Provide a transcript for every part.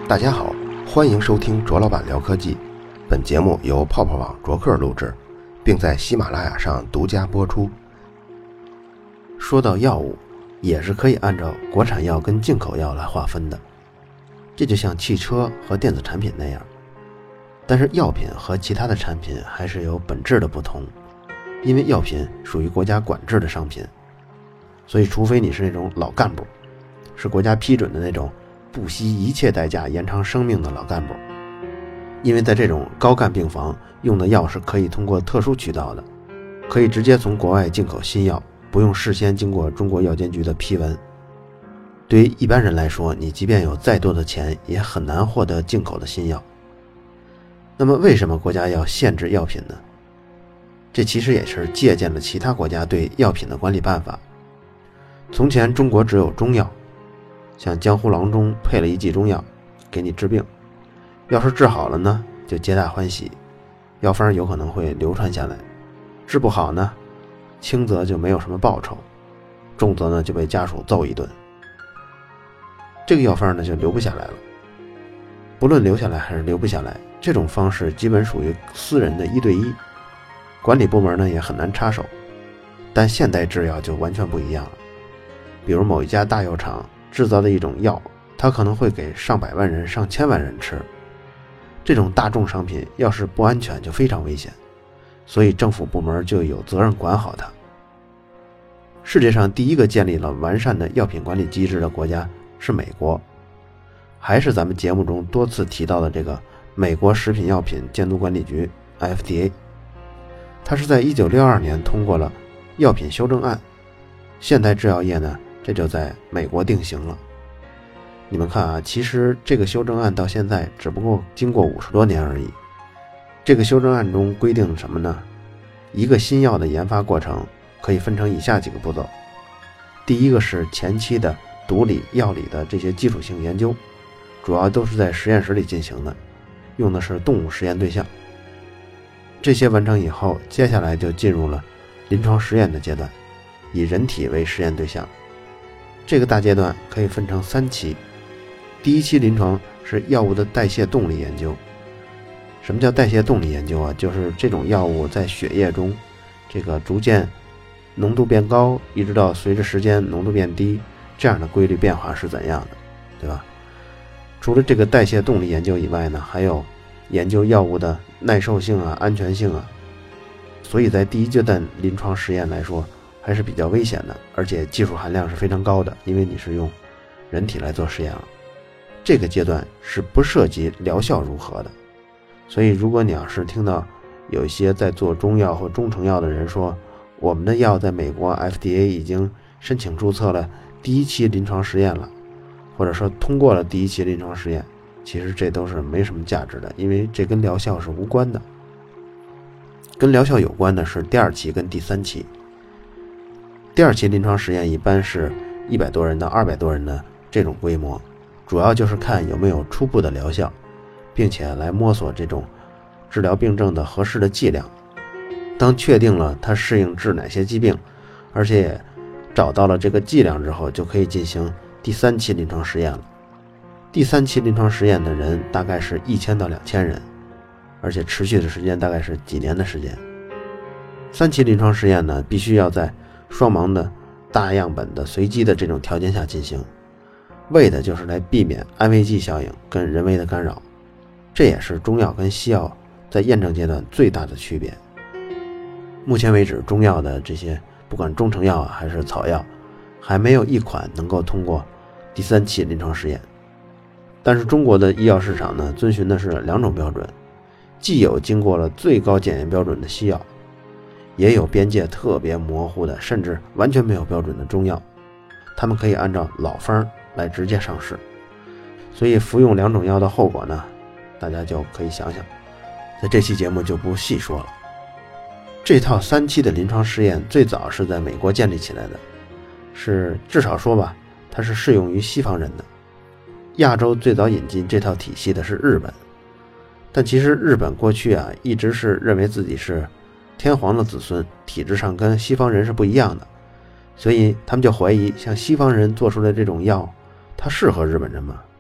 大家好，欢迎收听卓老板聊科技。本节目由泡泡网卓克录制，并在喜马拉雅上独家播出。说到药物，也是可以按照国产药跟进口药来划分的，这就像汽车和电子产品那样。但是药品和其他的产品还是有本质的不同，因为药品属于国家管制的商品，所以除非你是那种老干部，是国家批准的那种不惜一切代价延长生命的老干部，因为在这种高干病房用的药是可以通过特殊渠道的，可以直接从国外进口新药，不用事先经过中国药监局的批文。对于一般人来说，你即便有再多的钱也很难获得进口的新药。那么为什么国家要限制药品呢？这其实也是借鉴了其他国家对药品的管理办法。从前中国只有中药，像江湖郎中配了一剂中药给你治病，要是治好了呢就皆大欢喜，药方有可能会流传下来，治不好呢，轻则就没有什么报酬，重则呢就被家属揍一顿，这个药方呢就留不下来了。不论留下来还是留不下来，这种方式基本属于私人的1对1，管理部门呢也很难插手。但现代制药就完全不一样了，比如某一家大药厂制造的一种药，它可能会给上百万人上千万人吃，这种大众商品要是不安全就非常危险，所以政府部门就有责任管好它。世界上第一个建立了完善的药品管理机制的国家是美国，还是咱们节目中多次提到的这个美国食品药品监督管理局 FDA。 它是在1962年通过了药品修正案，现代制药业呢这就在美国定型了。你们看啊，其实这个修正案到现在只不过经过50多年而已。这个修正案中规定了什么呢？一个新药的研发过程可以分成以下几个步骤。第一个是前期的毒理、药理的这些基础性研究，主要都是在实验室里进行的，用的是动物实验对象。这些完成以后，接下来就进入了临床实验的阶段，以人体为实验对象。这个大阶段可以分成3期。第一期临床是药物的代谢动力研究。什么叫代谢动力研究啊？就是这种药物在血液中这个逐渐浓度变高，一直到随着时间浓度变低，这样的规律变化是怎样的，对吧？除了这个代谢动力研究以外呢，还有研究药物的耐受性啊、安全性啊。所以在第一阶段临床实验来说还是比较危险的，而且技术含量是非常高的，因为你是用人体来做实验了。这个阶段是不涉及疗效如何的，所以如果你要是听到有一些在做中药或中成药的人说我们的药在美国 FDA 已经申请注册了第1期临床实验了，或者说通过了第1期临床实验，其实这都是没什么价值的，因为这跟疗效是无关的。跟疗效有关的是第2期跟第3期。第2期临床实验一般是100多人到200多人的这种规模，主要就是看有没有初步的疗效，并且来摸索这种治疗病症的合适的剂量。当确定了它适应治哪些疾病，而且也找到了这个剂量之后，就可以进行第3期临床实验了。第3期临床实验的人大概是1000到2000人，而且持续的时间大概是几年的时间。3期临床实验呢，必须要在双盲的大样本的随机的这种条件下进行，为的就是来避免安慰剂效应跟人为的干扰。这也是中药跟西药在验证阶段最大的区别。目前为止，中药的这些不管中成药还是草药，还没有一款能够通过第3期临床实验。但是中国的医药市场呢，遵循的是2种标准，既有经过了最高检验标准的西药，也有边界特别模糊的甚至完全没有标准的中药，他们可以按照老方来直接上市。所以服用2种药的后果呢，大家就可以想想，在这期节目就不细说了。这套3期的临床试验最早是在美国建立起来的，是至少说吧，它是适用于西方人的。亚洲最早引进这套体系的是日本，但其实日本过去啊一直是认为自己是天皇的子孙，体制上跟西方人是不一样的，所以他们就怀疑像西方人做出来这种药它适合日本人吗？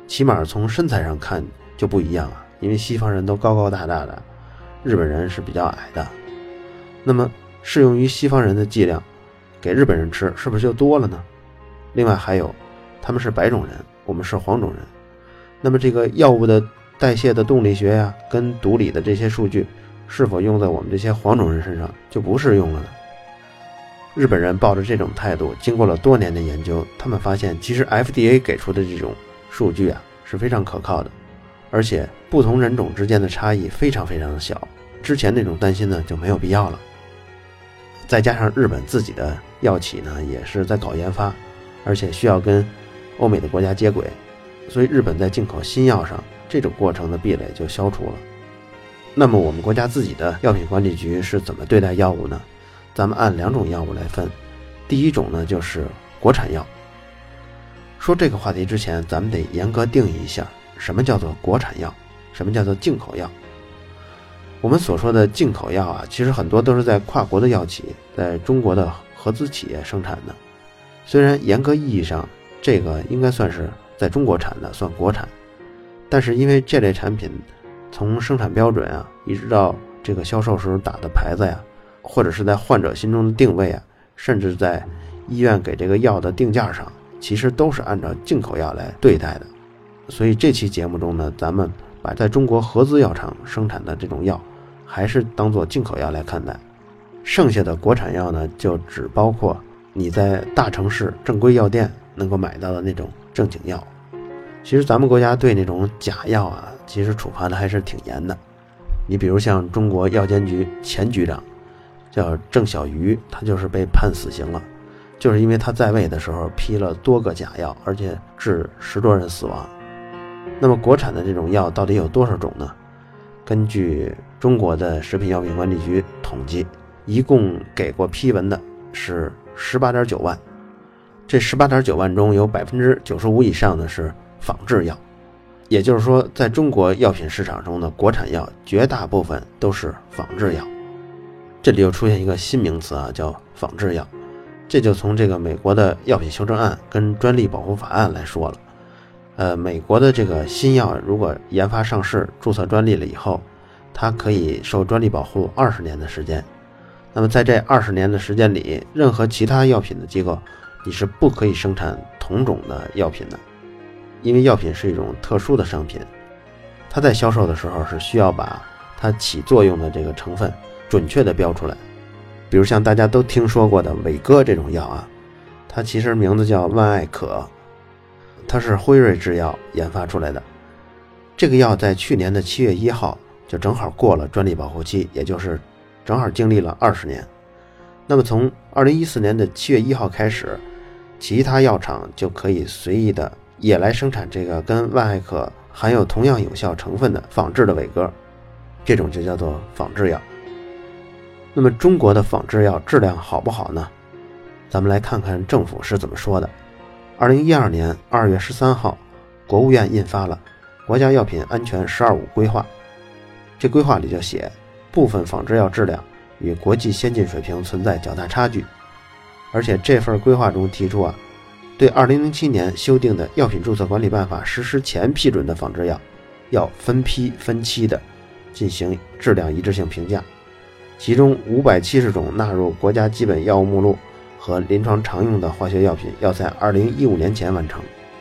起码从身材上看就不一样啊，因为西方人都高高大大的，日本人是比较矮的。那么适用于西方人的剂量给日本人吃是不是就多了呢？另外还有，他们是白种人，我们是黄种人，那么这个药物的代谢的动力学呀，跟毒理的这些数据是否用在我们这些黄种人身上就不适用了呢？日本人抱着这种态度，经过了多年的研究，他们发现其实 FDA 给出的这种数据啊是非常可靠的，而且不同人种之间的差异非常非常的小，之前那种担心呢就没有必要了。再加上日本自己的药企呢也是在搞研发，而且需要跟欧美的国家接轨，所以日本在进口新药上这种过程的壁垒就消除了。那么我们国家自己的药品管理局是怎么对待药物呢？咱们按2种药物来分。第一种呢就是国产药。说这个话题之前，咱们得严格定义一下什么叫做国产药，什么叫做进口药。我们所说的进口药啊，其实很多都是在跨国的药企在中国的合资企业生产的。虽然严格意义上这个应该算是在中国产的，算国产，但是因为这类产品从生产标准啊，一直到这个销售时候打的牌子呀，或者是在患者心中的定位啊，甚至在医院给这个药的定价上，其实都是按照进口药来对待的。所以这期节目中呢，咱们把在中国合资药厂生产的这种药还是当作进口药来看待，剩下的国产药呢，就只包括你在大城市正规药店能够买到的那种正经药。其实咱们国家对那种假药啊，其实处罚的还是挺严的。你比如像中国药监局前局长叫郑小瑜，他就是被判死刑了，就是因为他在位的时候批了多个假药，而且致10多人死亡。那么国产的这种药到底有多少种呢？根据中国的食品药品管理局统计，一共给过批文的是 18.9 万。这 18.9 万中有 95% 以上的是仿制药，也就是说在中国药品市场中的国产药绝大部分都是仿制药。这里又出现一个新名词啊，叫仿制药。这就从这个美国的药品修正案跟专利保护法案来说了。美国的这个新药如果研发上市注册专利了以后，它可以受专利保护20年的时间。那么在这20年的时间里，任何其他药品的机构你是不可以生产同种的药品的，因为药品是一种特殊的商品，它在销售的时候是需要把它起作用的这个成分准确的标出来。比如像大家都听说过的伟哥这种药啊，它其实名字叫万艾可，它是辉瑞制药研发出来的。这个药在去年的7月1号就正好过了专利保护期，也就是正好经历了20年。那么从2014年的7月1号开始，其他药厂就可以随意的也来生产这个跟万艾可含有同样有效成分的仿制的伟哥，这种就叫做仿制药。那么中国的仿制药质量好不好呢？咱们来看看政府是怎么说的。2012年2月13号，国务院印发了《国家药品安全“12·5”规划》。这规划里就写，部分仿制药质量与国际先进水平存在较大差距。而且这份规划中提出啊，对2007年修订的《药品注册管理办法》实施前批准的仿制药，要分批分期的进行质量一致性评价，其中570种纳入国家基本药物目录和临床常用的化学药品要在2015年前完成。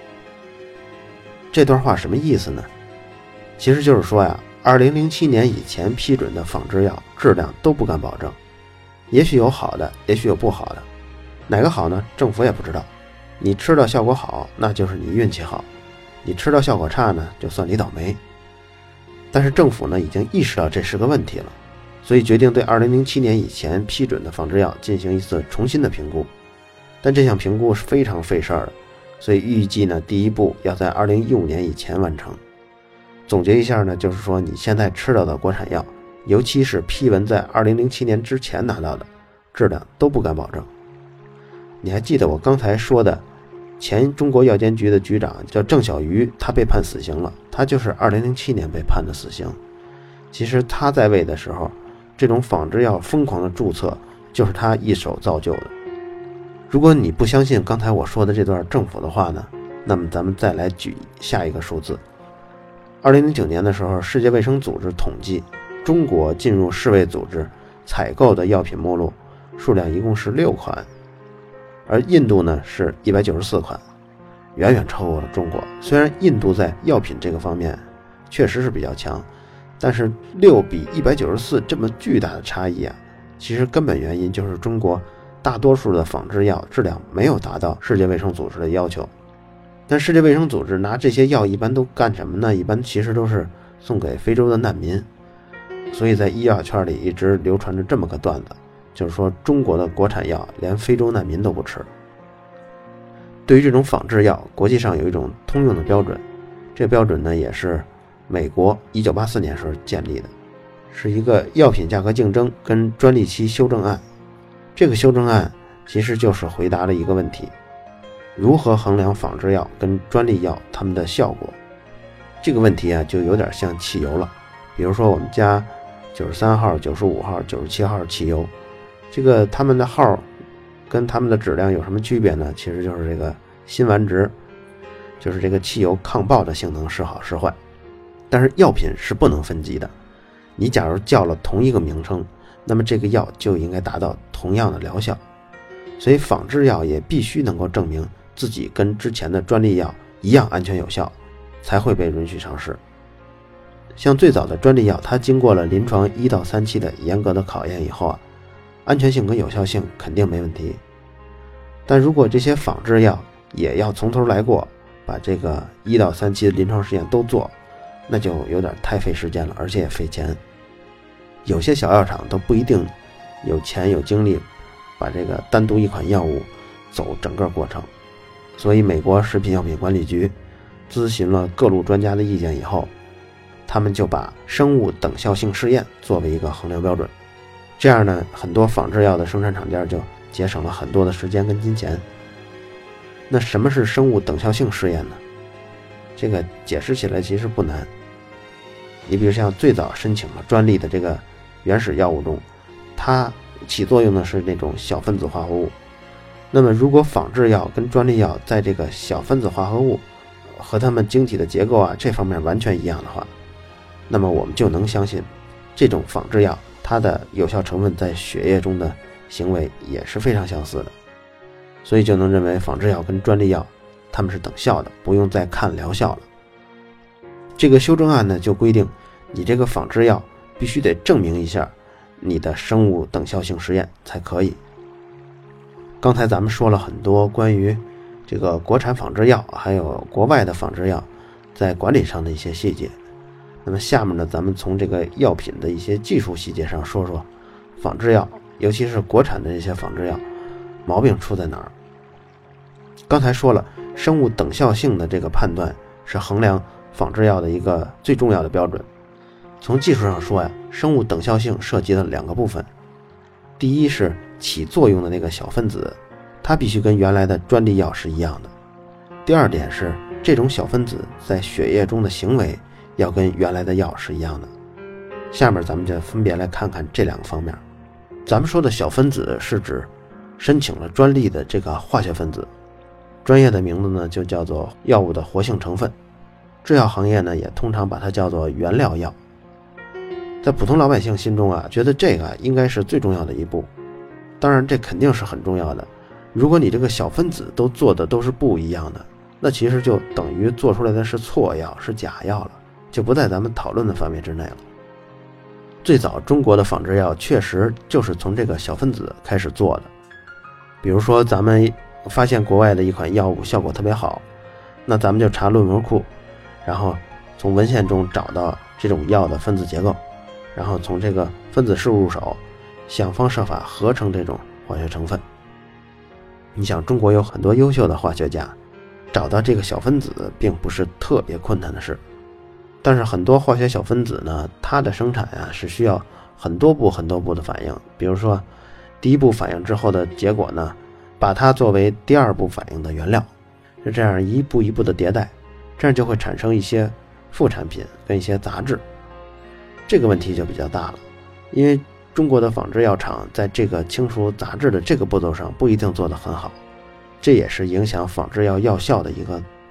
这段话什么意思呢？其实就是说呀，2007年以前批准的仿制药质量都不敢保证，也许有好的，也许有不好的，哪个好呢？政府也不知道。你吃到效果好，那就是你运气好；你吃到效果差呢，就算你倒霉。但是政府呢，已经意识到这是个问题了，所以决定对2007年以前批准的仿制药进行一次重新的评估。但这项评估是非常费事儿的，所以预计呢，第一步要在2015年以前完成。总结一下呢，就是说你现在吃到的国产药，尤其是批文在2007年之前拿到的，质量都不敢保证。你还记得我刚才说的前中国药监局的局长叫郑小瑜，他被判死刑了，他就是2007年被判的死刑。其实他在位的时候，这种仿制药疯狂的注册就是他一手造就的。如果你不相信刚才我说的这段政府的话呢， 那么咱们再来举下一个数字。2009年的时候，世界卫生组织统计，中国进入世卫组织采购的药品目录数量一共是6款，而印度呢是194款，远远超过了中国。虽然印度在药品这个方面确实是比较强，但是6比194这么巨大的差异啊，其实根本原因就是中国大多数的仿制药质量没有达到世界卫生组织的要求。但世界卫生组织拿这些药一般都干什么呢？一般其实都是送给非洲的难民。所以在医药圈里一直流传着这么个段子，就是说中国的国产药连非洲难民都不吃。对于这种仿制药，国际上有一种通用的标准，这标准呢也是美国1984年时候建立的，是一个药品价格竞争跟专利期修正案。这个修正案其实就是回答了一个问题：如何衡量仿制药跟专利药它们的效果？这个问题啊就有点像汽油了。比如说我们家93号、95号、97号汽油，这个它们的号跟它们的质量有什么区别呢？其实就是这个辛烷值，就是这个汽油抗爆的性能是好是坏。但是药品是不能分级的，你假如叫了同一个名称，那么这个药就应该达到同样的疗效。所以仿制药也必须能够证明自己跟之前的专利药一样安全有效，才会被允许上市。像最早的专利药，它经过了临床1到3期的严格的考验以后啊，安全性跟有效性肯定没问题。但如果这些仿制药也要从头来过，把这个1到3期的临床试验都做，那就有点太费时间了，而且也费钱。有些小药厂都不一定有钱有精力把这个单独一款药物走整个过程。所以美国食品药品管理局咨询了各路专家的意见以后，他们就把生物等效性试验作为一个衡量标准。这样呢，很多仿制药的生产厂家就节省了很多的时间跟金钱。那什么是生物等效性试验呢？这个解释起来其实不难。你比如像最早申请了专利的这个原始药物中，它起作用的是那种小分子化合物。那么如果仿制药跟专利药在这个小分子化合物和它们晶体的结构啊这方面完全一样的话，那么我们就能相信这种仿制药它的有效成分在血液中的行为也是非常相似的，所以就能认为仿制药跟专利药它们是等效的，不用再看疗效了。这个修正案呢就规定，你这个仿制药必须得证明一下你的生物等效性实验才可以。刚才咱们说了很多关于这个国产仿制药还有国外的仿制药在管理上的一些细节，那么下面呢，咱们从这个药品的一些技术细节上说说仿制药，尤其是国产的这些仿制药毛病出在哪儿。刚才说了，生物等效性的这个判断是衡量仿制药的一个最重要的标准。从技术上说呀，生物等效性涉及了2个部分。第一是起作用的那个小分子，它必须跟原来的专利药是一样的。第二点是这种小分子在血液中的行为要跟原来的药是一样的。下面咱们就分别来看看这2个方面。咱们说的小分子是指申请了专利的这个化学分子，专业的名字呢就叫做药物的活性成分，制药行业呢也通常把它叫做原料药。在普通老百姓心中啊，觉得这个应该是最重要的一步。当然这肯定是很重要的，如果你这个小分子都做的都是不一样的，那其实就等于做出来的是错药，是假药了，就不在咱们讨论的范围之内了。最早中国的仿制药确实就是从这个小分子开始做的。比如说咱们发现国外的一款药物效果特别好，那咱们就查论文库，然后从文献中找到这种药的分子结构，然后从这个分子式入手，想方设法合成这种化学成分。你想中国有很多优秀的化学家，找到这个小分子并不是特别困难的事。但是很多化学小分子呢，它的生产啊是需要很多步的反应。比如说第一步反应之后的结果呢，把它作为第2步反应的原料，是这样一步一步的迭代，这样就会产生一些副产品跟一些杂质。这个问题就比较大了，因为中国的仿制药厂在这个清除杂质的这个步骤上不一定做得很好，这也是影响仿制药药效的一个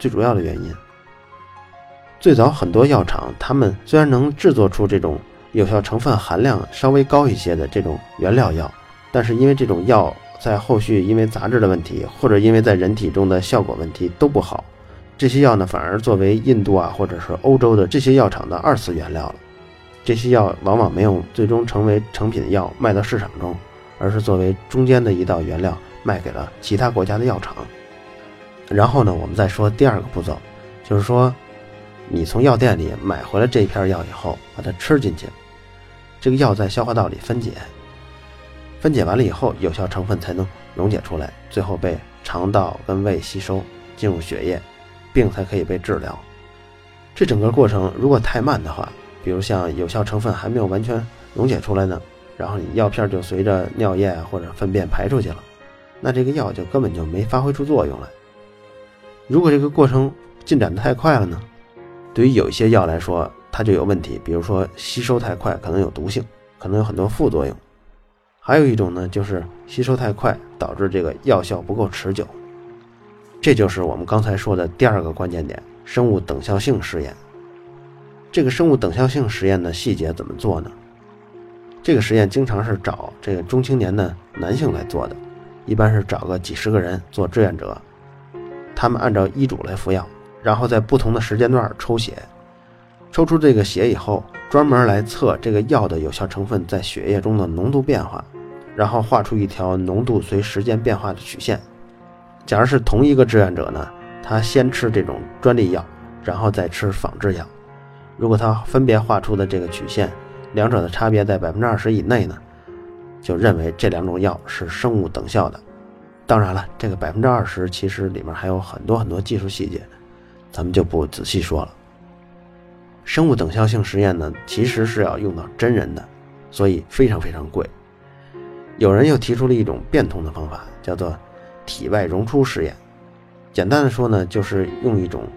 最主要的原因。最早很多药厂，他们虽然能制作出这种有效成分含量稍微高一些的这种原料药，但是因为这种药在后续因为杂质的问题，或者因为在人体中的效果问题都不好，这些药呢反而作为印度或者是欧洲的这些药厂的二次原料了。这些药往往没有最终成为成品药卖到市场中，而是作为中间的一道原料卖给了其他国家的药厂。然后呢，我们再说第二个步骤，就是说你从药店里买回来这一片药以后，把它吃进去，这个药在消化道里分解完了以后，有效成分才能溶解出来，最后被肠道跟胃吸收，进入血液，病才可以被治疗。这整个过程如果太慢的话，比如像有效成分还没有完全溶解出来呢，然后你药片就随着尿液或者粪便排出去了，那这个药就根本就没发挥出作用来。如果这个过程进展得太快了呢，对于有一些药来说它就有问题，比如说吸收太快可能有毒性，可能有很多副作用。还有一种呢，就是吸收太快导致这个药效不够持久。这就是我们刚才说的第二个关键点，生物等效性实验。这个生物等效性实验的细节怎么做呢？这个实验经常是找这个中青年的男性来做的，一般是找个几十个人做志愿者，他们按照医嘱来服药，然后在不同的时间段抽血，抽出这个血以后，专门来测这个药的有效成分在血液中的浓度变化，然后画出一条浓度随时间变化的曲线。假如是同一个志愿者呢，他先吃这种专利药，然后再吃仿制药，如果他分别画出的这个曲线两者的差别在 20% 以内呢，就认为这两种药是生物等效的。当然了，这个 20% 其实里面还有很多技术细节，咱们就不仔细说了。生物等效性实验呢，其实是要用到真人的，所以非常贵。有人又提出了一种变通的方法，叫做体外溶出实验。简单的说呢，就是用一种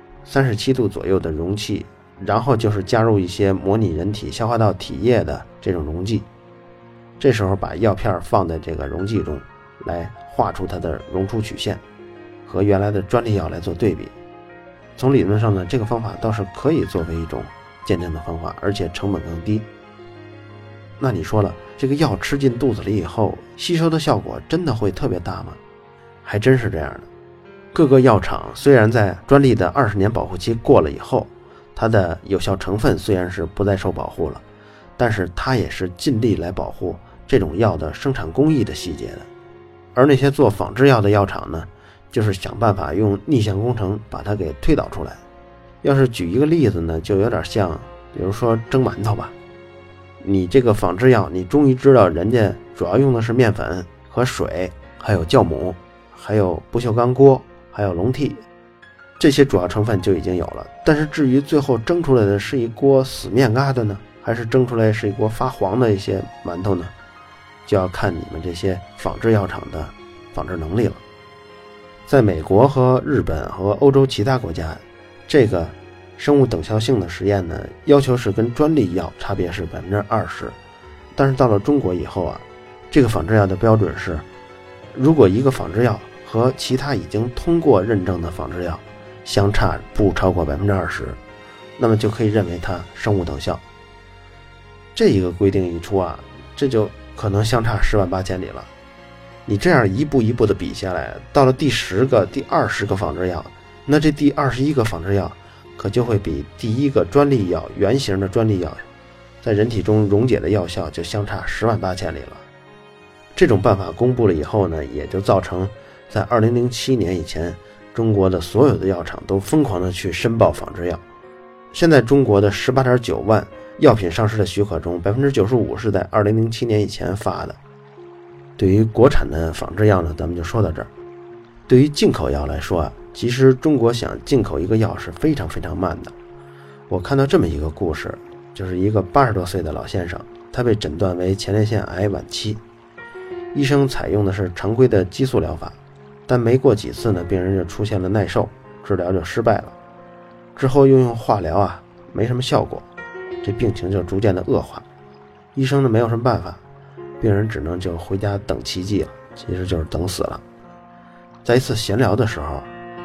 37度左右的容器，然后就是加入一些模拟人体消化道体液的这种溶剂，这时候把药片放在这个溶剂中，来画出它的溶出曲线，和原来的专利药来做对比。从理论上呢，这个方法倒是可以作为一种鉴定的方法，而且成本更低。那你说了，这个药吃进肚子里以后，吸收的效果真的会特别大吗？还真是这样的。各个药厂虽然在专利的20年保护期过了以后，它的有效成分虽然是不再受保护了，但是它也是尽力来保护这种药的生产工艺的细节的。而那些做仿制药的药厂呢，就是想办法用逆向工程把它给推导出来。要是举一个例子呢，就有点像比如说蒸馒头吧，你这个仿制药，你终于知道人家主要用的是面粉和水，还有酵母，还有不锈钢锅，还有笼屉，这些主要成分就已经有了。但是至于最后蒸出来的是一锅死面疙瘩呢，还是蒸出来是一锅发黄的一些馒头呢，就要看你们这些仿制药厂的仿制能力了。在美国和日本和欧洲其他国家，这个生物等效性的实验呢，要求是跟专利药差别是 20%， 但是到了中国以后这个仿制药的标准是，如果一个仿制药和其他已经通过认证的仿制药相差不超过 20%， 那么就可以认为它生物等效。这一个规定一出这就可能相差10万八千里了。你这样一步一步的比下来，到了第10个、第20个仿制药，那这第21个仿制药可就会比第一个专利药原型的专利药在人体中溶解的药效就相差10万八千里了。这种办法公布了以后呢，也就造成在2007年以前，中国的所有的药厂都疯狂的去申报仿制药。现在中国的 18.9 万药品上市的许可中， 95% 是在2007年以前发的。对于国产的仿制药呢，咱们就说到这儿。对于进口药来说其实中国想进口一个药是非常慢的。我看到这么一个故事，就是一个80多岁的老先生，他被诊断为前列腺癌晚期，医生采用的是常规的激素疗法，但没过几次呢，病人就出现了耐受，治疗就失败了。之后又用化疗没什么效果，这病情就逐渐的恶化。医生呢没有什么办法，病人只能就回家等奇迹了，其实就是等死了。在一次闲聊的时候，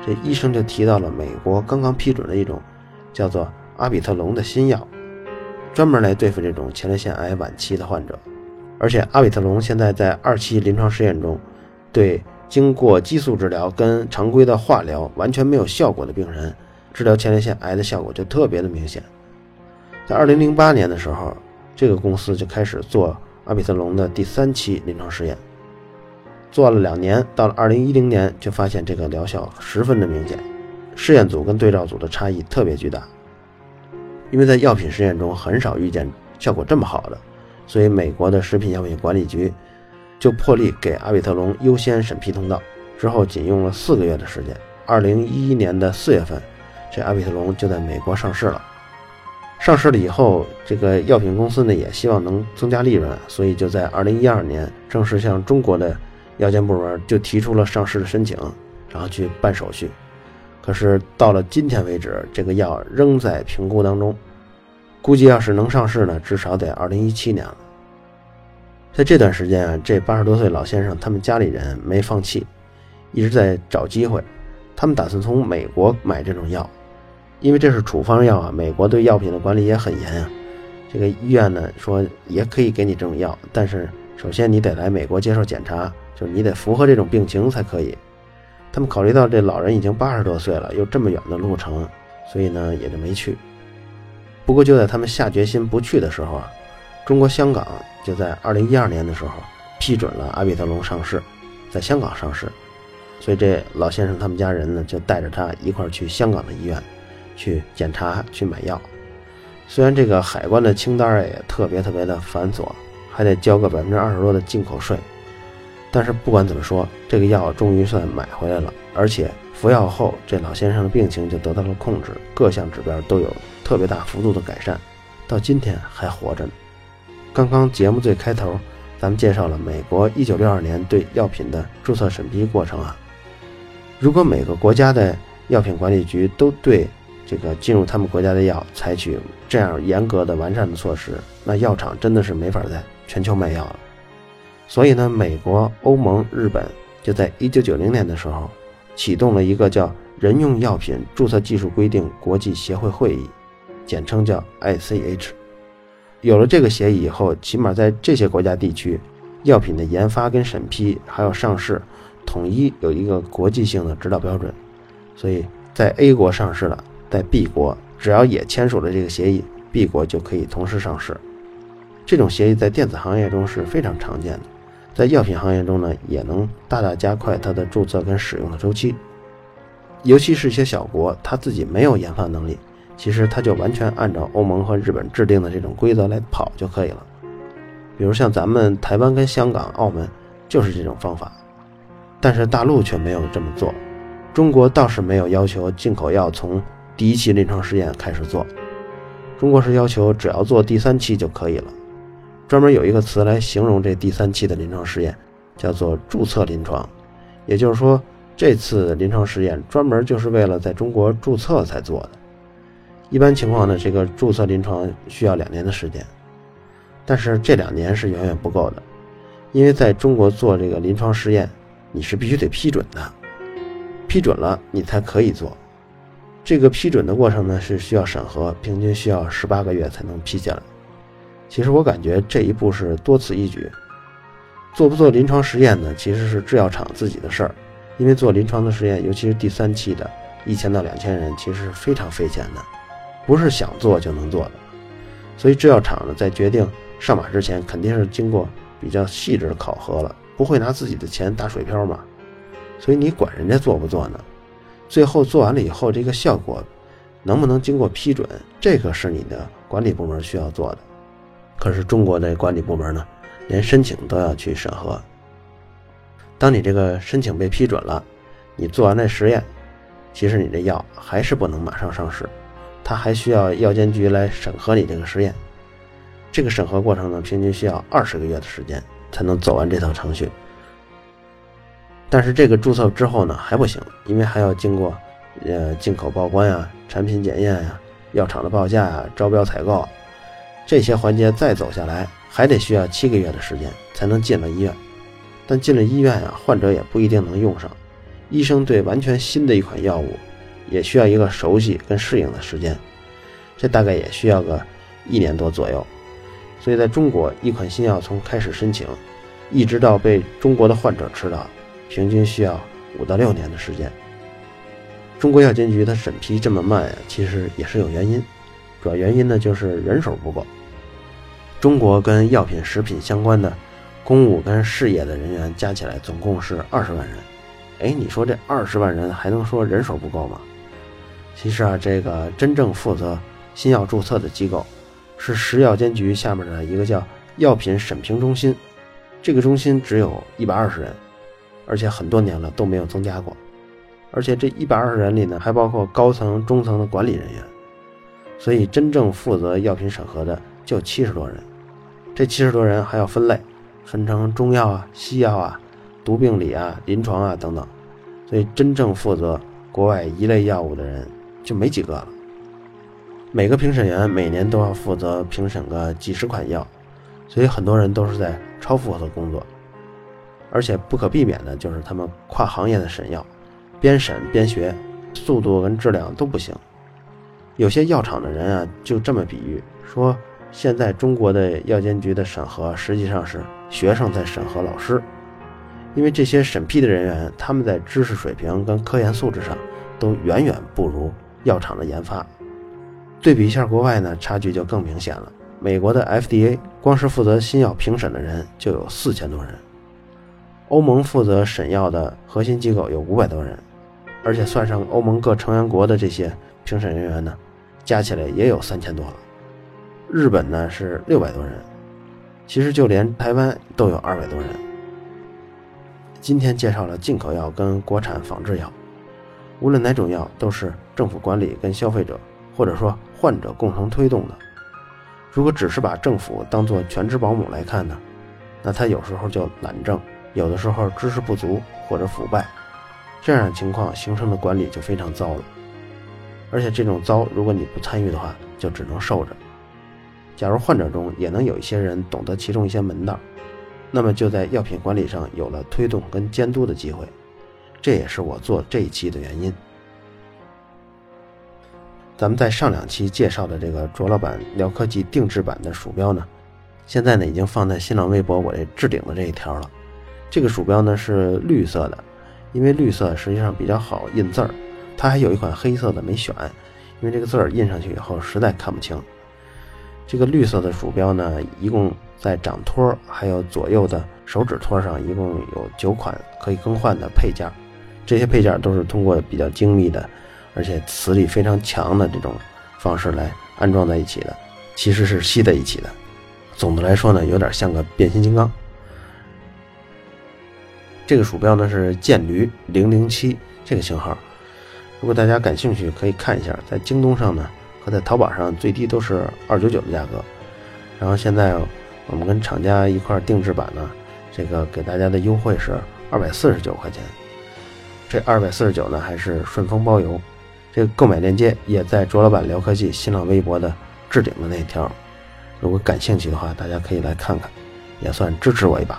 这医生就提到了美国刚刚批准了一种叫做阿比特龙的新药，专门来对付这种前列腺癌晚期的患者。而且阿比特龙现在在2期临床试验中，对经过激素治疗跟常规的化疗完全没有效果的病人，治疗前列腺癌的效果就特别的明显。在2008年的时候，这个公司就开始做阿比特龙的第3期临床试验，做了2年，到了2010年就发现这个疗效十分的明显，试验组跟对照组的差异特别巨大。因为在药品试验中很少遇见效果这么好的，所以美国的食品药品管理局就破例给阿比特龙优先审批通道，之后仅用了4个月的时间，2011年的4月份，这阿比特龙就在美国上市了。上市了以后，这个药品公司呢也希望能增加利润，所以就在2012年正式向中国的药监部门就提出了上市的申请，然后去办手续。可是到了今天为止，这个药仍在评估当中，估计要是能上市呢，至少得2017年了。在这段时间啊，这80多岁老先生他们家里人没放弃，一直在找机会，他们打算从美国买这种药。因为这是处方药啊，美国对药品的管理也很严啊。这个医院呢说也可以给你这种药，但是首先你得来美国接受检查，就是你得符合这种病情才可以。他们考虑到这老人已经80多岁了，又这么远的路程，所以呢也就没去。不过就在他们下决心不去的时候啊，中国香港就在2012年的时候批准了阿比特龙上市，在香港上市。所以这老先生他们家人呢就带着他一块去香港的医院去检查去买药。虽然这个海关的清单也特别的繁琐，还得交个20%多的进口税，但是不管怎么说，这个药终于算买回来了，而且服药后这老先生的病情就得到了控制，各项指标都有特别大幅度的改善，到今天还活着呢。刚刚节目最开头咱们介绍了美国1962年对药品的注册审批过程啊。如果每个国家的药品管理局都对这个进入他们国家的药采取这样严格的完善的措施，那药厂真的是没法在全球卖药了。所以呢，美国、欧盟、日本就在1990年的时候启动了一个叫人用药品注册技术规定国际协会会议，简称叫 ICH。 有了这个协议以后，起码在这些国家地区，药品的研发跟审批还有上市统一有一个国际性的指导标准。所以在 A 国上市了，在 B 国只要也签署了这个协议， B 国就可以同时上市。这种协议在电子行业中是非常常见的，在药品行业中呢，也能大大加快它的注册跟使用的周期。尤其是一些小国，它自己没有研发能力，其实它就完全按照欧盟和日本制定的这种规则来跑就可以了。比如像咱们台湾跟香港、澳门就是这种方法，但是大陆却没有这么做。中国倒是没有要求进口药从第1期临床试验开始做，中国是要求只要做第3期就可以了。专门有一个词来形容这第3期的临床试验，叫做注册临床。也就是说，这次临床试验专门就是为了在中国注册才做的。一般情况呢，这个注册临床需要2年的时间，但是这2年是远远不够的，因为在中国做这个临床试验，你是必须得批准的，批准了你才可以做。这个批准的过程呢是需要审核，平均需要18个月才能批下来。其实我感觉这一步是多此一举。做不做临床实验呢，其实是制药厂自己的事儿，因为做临床的实验，尤其是第3期的1000到2000人，其实是非常费钱的，不是想做就能做的。所以制药厂呢，在决定上马之前，肯定是经过比较细致的考核了，不会拿自己的钱打水漂嘛。所以你管人家做不做呢？最后做完了以后，这个效果能不能经过批准，这个是你的管理部门需要做的。可是中国的管理部门呢，连申请都要去审核。当你这个申请被批准了，你做完了实验，其实你这药还是不能马上上市，它还需要药监局来审核你这个实验。这个审核过程呢，平均需要20个月的时间才能走完这套程序。但是这个注册之后呢还不行，因为还要经过进口报关啊、产品检验啊、药厂的报价啊、招标采购啊，这些环节再走下来，还得需要7个月的时间才能进了医院。但进了医院啊，患者也不一定能用上， 医生对完全新的一款药物也需要一个熟悉跟适应的时间，这大概也需要个1年多左右。所以在中国，一款新药从开始申请一直到被中国的患者吃到，平均需要5到6年的时间。中国药监局它审批这么慢呀，其实也是有原因，主要原因呢就是人手不够。中国跟药品食品相关的公务跟事业的人员加起来总共是20万人。你说这20万人还能说人手不够吗？其实啊，这个真正负责新药注册的机构是食药监局下面的一个叫药品审评中心，这个中心只有120人，而且很多年了都没有增加过。而且这120人里呢，还包括高层、中层的管理人员，所以真正负责药品审核的就70多人。这70多人还要分类，分成中药啊、西药啊、毒病理啊、临床啊等等，所以真正负责国外一类药物的人就没几个了。每个评审员每年都要负责评审个几十款药，所以很多人都是在超负荷工作。而且不可避免的就是他们跨行业的审药，边审边学，速度跟质量都不行。有些药厂的人啊，就这么比喻说，现在中国的药监局的审核实际上是学生在审核老师，因为这些审批的人员，他们在知识水平跟科研素质上都远远不如药厂的研发。对比一下国外呢，差距就更明显了。美国的 FDA 光是负责新药评审的人就有4000多人，欧盟负责审药的核心机构有500多人，而且算上欧盟各成员国的这些评审人员呢，加起来也有3000多了。日本呢是600多人，其实就连台湾都有200多人。今天介绍了进口药跟国产仿制药，无论哪种药都是政府管理跟消费者或者说患者共同推动的。如果只是把政府当作全职保姆来看呢，那他有时候就懒政，有的时候知识不足或者腐败，这样的情况形成的管理就非常糟了。而且这种糟，如果你不参与的话，就只能受着。假如患者中也能有一些人懂得其中一些门道，那么就在药品管理上有了推动跟监督的机会，这也是我做这一期的原因。咱们在上2期介绍的这个卓老板聊科技定制版的鼠标呢，现在呢已经放在新浪微博我这置顶的这一条了。这个鼠标呢是绿色的，因为绿色实际上比较好印字儿，它还有一款黑色的没选，因为这个字儿印上去以后实在看不清。这个绿色的鼠标呢，一共在掌托还有左右的手指托上一共有9款可以更换的配件，这些配件都是通过比较精密的而且磁力非常强的这种方式来安装在一起的，其实是吸在一起的。总的来说呢，有点像个变形金刚。这个鼠标呢是剑驴007这个型号，如果大家感兴趣可以看一下，在京东上呢和在淘宝上最低都是299的价格。然后现在我们跟厂家一块定制版呢，这个给大家的优惠是249块钱。这249呢还是顺丰包邮。这个购买链接也在卓老板聊科技新浪微博的置顶的那一条，如果感兴趣的话，大家可以来看看，也算支持我一把。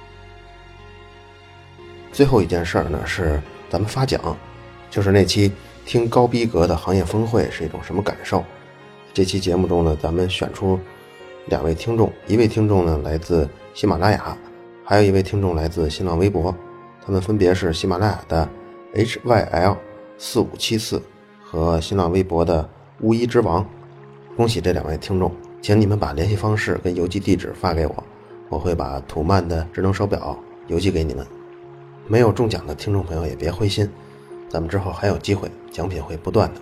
最后一件事呢是咱们发奖，就是那期听高逼格的行业峰会是一种什么感受。这期节目中呢，咱们选出2位听众，一位听众呢来自喜马拉雅，还有一位听众来自新浪微博，他们分别是喜马拉雅的 HYL4574 和新浪微博的巫医之王。恭喜这2位听众，请你们把联系方式跟邮寄地址发给我，我会把土曼的智能手表邮寄给你们。没有中奖的听众朋友也别灰心，咱们之后还有机会，奖品会不断的。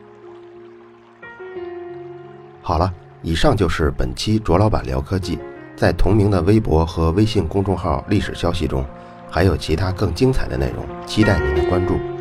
好了，以上就是本期卓老板聊科技，在同名的微博和微信公众号历史消息中，还有其他更精彩的内容，期待您的关注。